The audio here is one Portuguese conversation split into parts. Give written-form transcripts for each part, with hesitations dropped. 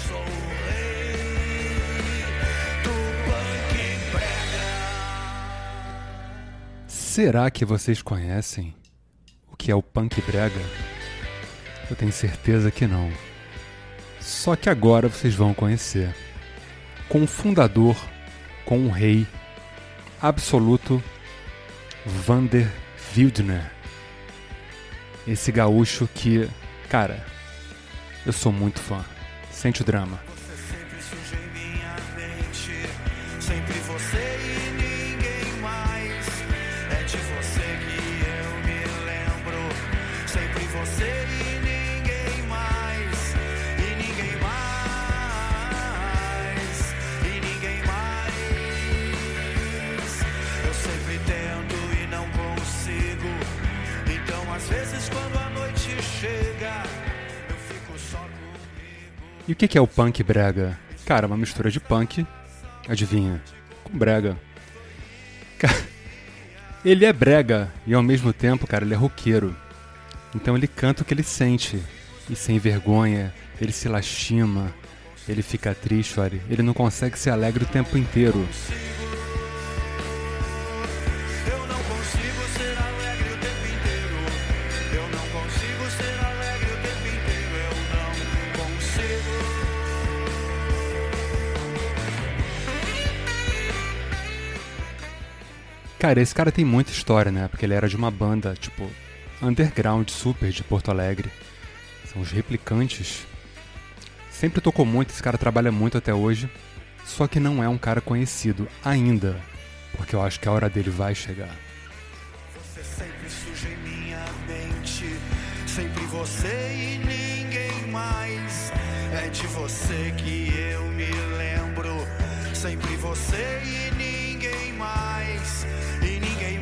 sou o rei do punk brega. Será que vocês conhecem o que é o punk brega? Eu tenho certeza que não. Só que agora vocês vão conhecer. Com o fundador, com o rei absoluto, Vander Wildner. Esse gaúcho que, cara, eu sou muito fã. Sente o drama. Você sempre surge em minha mente, sempre você e ninguém mais. É de você que eu me lembro, sempre você e ninguém mais. E ninguém mais, e ninguém mais. Eu sempre tento e não consigo, então às vezes quando a noite chega, eu fico só comigo. E o que é o punk brega? Cara, uma mistura de punk, adivinha, com brega. Ele é brega e ao mesmo tempo, cara, ele é roqueiro. Então ele canta o que ele sente. E sem vergonha, ele se lastima, ele fica triste, olha. Ele não consegue ser alegre o tempo inteiro. Eu não consigo ser alegre o tempo inteiro. Eu não consigo ser alegre o tempo inteiro. Eu não consigo. Cara, esse cara tem muita história, né? Porque ele era de uma banda, tipo, underground super de Porto Alegre. São os Replicantes. Sempre tocou muito, esse cara trabalha muito até hoje. Só que não é um cara conhecido ainda. Porque eu acho que a hora dele vai chegar. Você sempre surge em minha mente, sempre você e ninguém mais. É de você que eu me lembro, sempre você e ninguém mais. E ninguém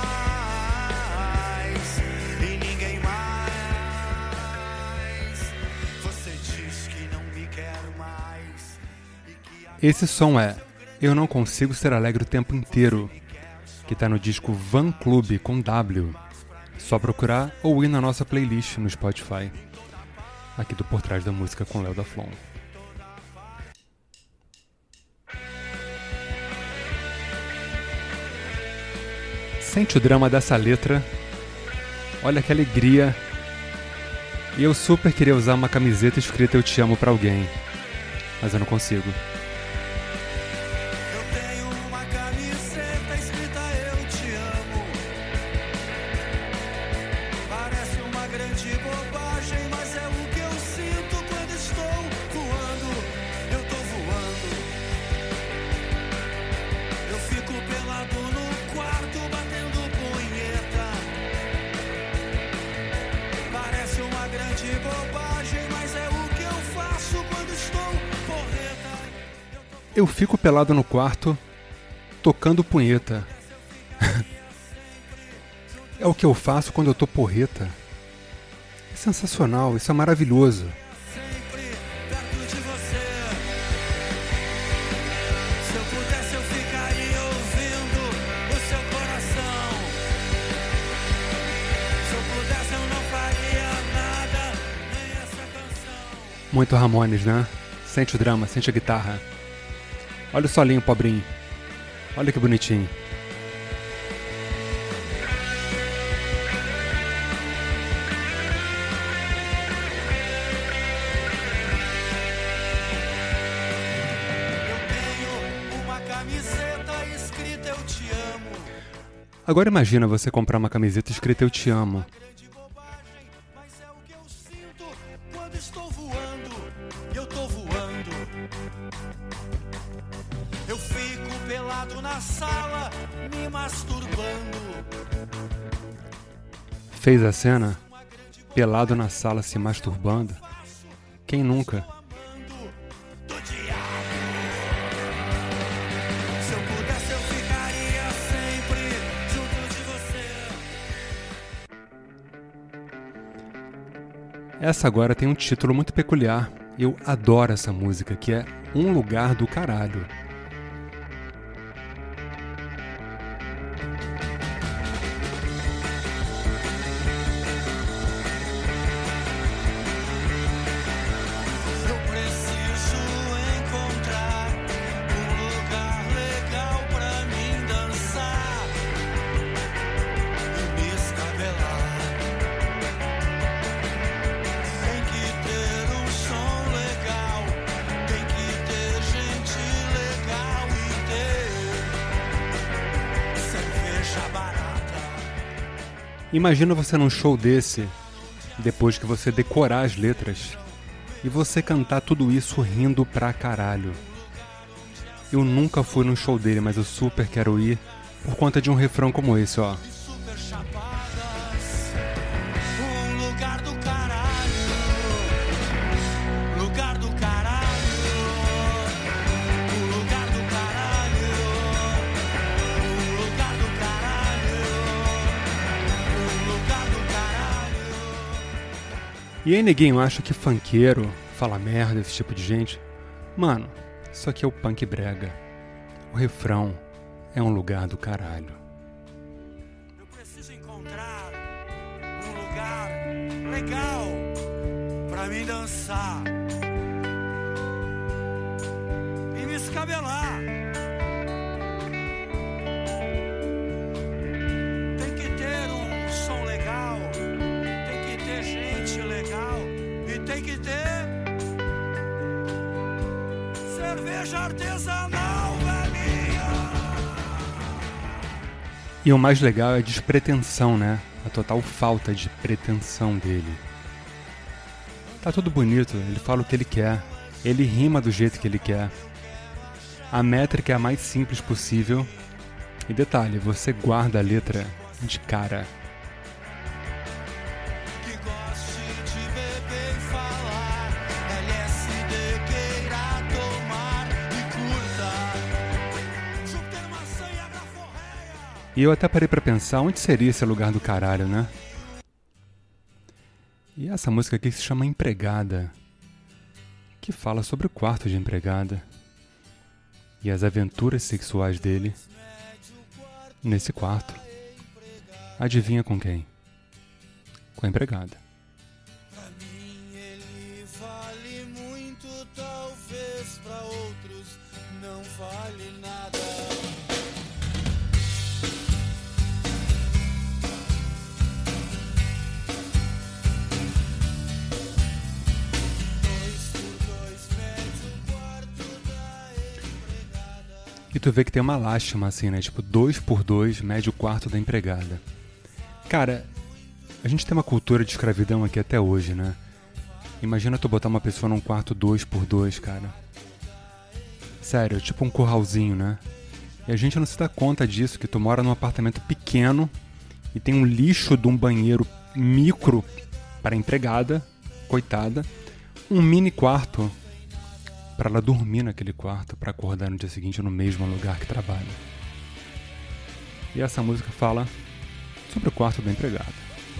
mais, e ninguém mais. Você diz que não me quer mais e que Esse som é Eu Não Consigo Ser Alegre o Tempo Inteiro, que tá no disco Van Club com W. Só procurar ou ir na nossa playlist no Spotify. Aqui do Por Trás da Música com Léo da Flon. Sente o drama dessa letra. Olha que alegria. E eu super queria usar uma camiseta escrita Eu Te Amo pra alguém. Mas eu não consigo. eu tenho uma camiseta escrita Eu Te Amo. Parece uma grande bobagem, mas é o que eu sinto quando estou voando. Eu tô voando. Eu fico pelado no quarto batendo punheta. Parece uma grande bobagem, mas é o que eu faço quando estou porreta. Eu fico pelado no quarto, tocando punheta. É o que eu faço quando eu tô porreta. É sensacional, isso é maravilhoso. Sempre perto de você. Se eu pudesse, eu ficaria ouvindo o seu coração. Se eu pudesse, eu não faria nada, nem essa canção. Muito Ramones, né? Sente o drama, sente a guitarra. Olha o solinho, pobrinho. Olha que bonitinho. Eu tenho uma camiseta escrita Eu Te Amo. Agora imagina você comprar uma camiseta escrita Eu Te Amo. Grande bobagem, mas é o que eu sinto quando estou voando. Eu tô voando. Eu fico pelado na sala, me masturbando. Fez a cena? Pelado na sala se masturbando? Quem nunca? Do diabo. Se eu pudesse, eu ficaria sempre junto de você. Essa agora tem um título muito peculiar. Eu adoro essa música, que é Um Lugar do Caralho. Eu preciso Imagina você num show desse, depois que você decorar as letras, e você cantar tudo isso rindo pra caralho. Eu nunca fui num show dele, mas eu super quero ir por conta de um refrão como esse, ó. E aí neguinho acha que funkeiro fala merda, esse tipo de gente? Mano, isso aqui é o punk brega. O refrão é um lugar do caralho. Eu preciso encontrar um lugar legal pra mim dançar e me escabelar. Tem que ter um som legal, tem que ter gente legal e tem que ter cerveja artesanal, velhinha. E o mais legal é a despretensão, né? A total falta de pretensão dele. Tá tudo bonito, ele fala o que ele quer, ele rima do jeito que ele quer. A métrica é a mais simples possível. E detalhe, você guarda a letra de cara. E eu até parei pra pensar, onde seria esse lugar do caralho, né? E essa música aqui se chama Empregada, que fala sobre o quarto de empregada e as aventuras sexuais dele nesse quarto. Adivinha com quem? Com a empregada. Pra mim ele vale muito, talvez pra outros não vale nada. E tu vê que tem uma lástima assim, né? Tipo, 2x2 mede o quarto da empregada. Cara, a gente tem uma cultura de escravidão aqui até hoje, né? Imagina tu botar uma pessoa num quarto 2x2, cara. Sério, tipo um curralzinho, né? E a gente não se dá conta disso, que tu mora num apartamento pequeno e tem um lixo de um banheiro micro para a empregada, coitada, um mini quarto para ela dormir naquele quarto, para acordar no dia seguinte no mesmo lugar que trabalha. E essa música fala sobre o quarto da empregada.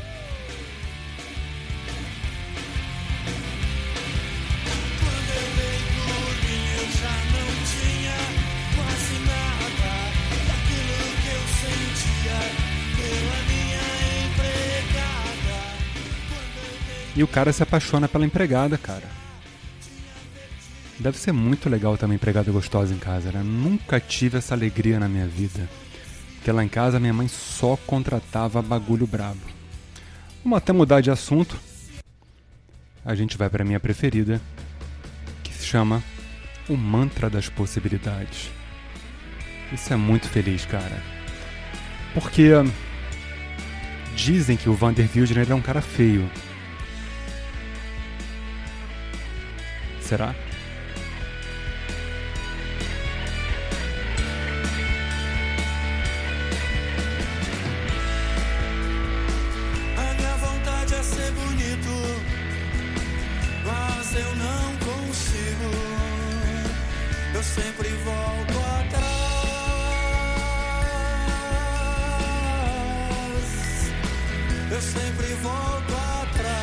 Quando eu dei dormir, eu já não tinha quase nada daquilo que eu sentia pela minha empregada. E o cara se apaixona pela empregada, cara. Deve ser muito legal ter uma empregada gostosa em casa, né? Nunca tive essa alegria na minha vida. Porque lá em casa minha mãe só contratava bagulho brabo. Vamos até mudar de assunto. A gente vai pra minha preferida, que se chama O Mantra das Possibilidades. Isso é muito feliz, cara. Porque dizem que o Vander Wildner ele é um cara feio. Será? A minha vontade é ser bonito, mas eu não consigo. Eu sempre volto atrás. Eu sempre volto atrás.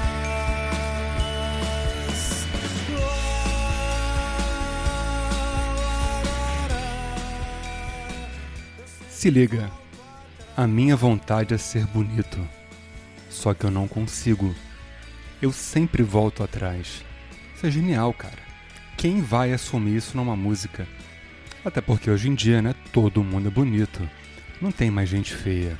Se liga, a minha vontade é ser bonito, só que eu não consigo. Eu sempre volto atrás. Isso é genial, cara. Quem vai assumir isso numa música? Até porque hoje em dia, né, todo mundo é bonito. Não tem mais gente feia.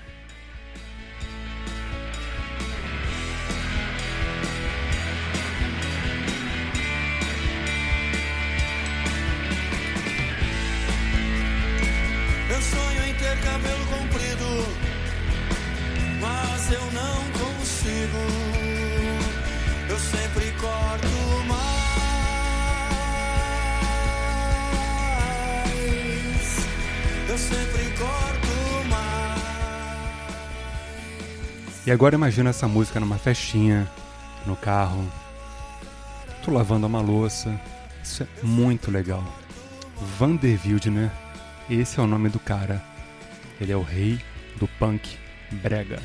Eu sonho em ter cabelo comprido, mas eu não consigo, eu sempre corto mais. Eu sempre corto mais. E agora imagina essa música numa festinha, no carro, tu lavando uma louça. Isso é muito legal. Van der Wildner, esse é o nome do cara. Ele é o rei do punk brega.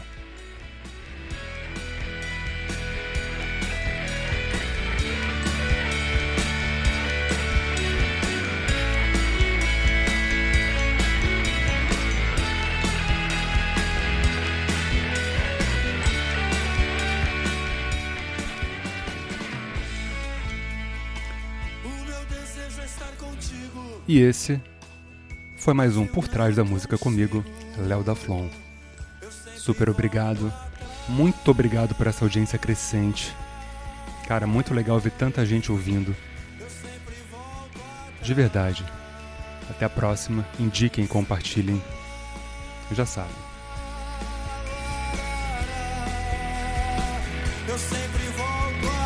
E esse foi mais um Por Trás da Música comigo, Léo da Flon. Super obrigado, muito obrigado por essa audiência crescente. Cara, muito legal ver tanta gente ouvindo. De verdade. Até a próxima, indiquem, compartilhem. Já sabem. Eu sempre volto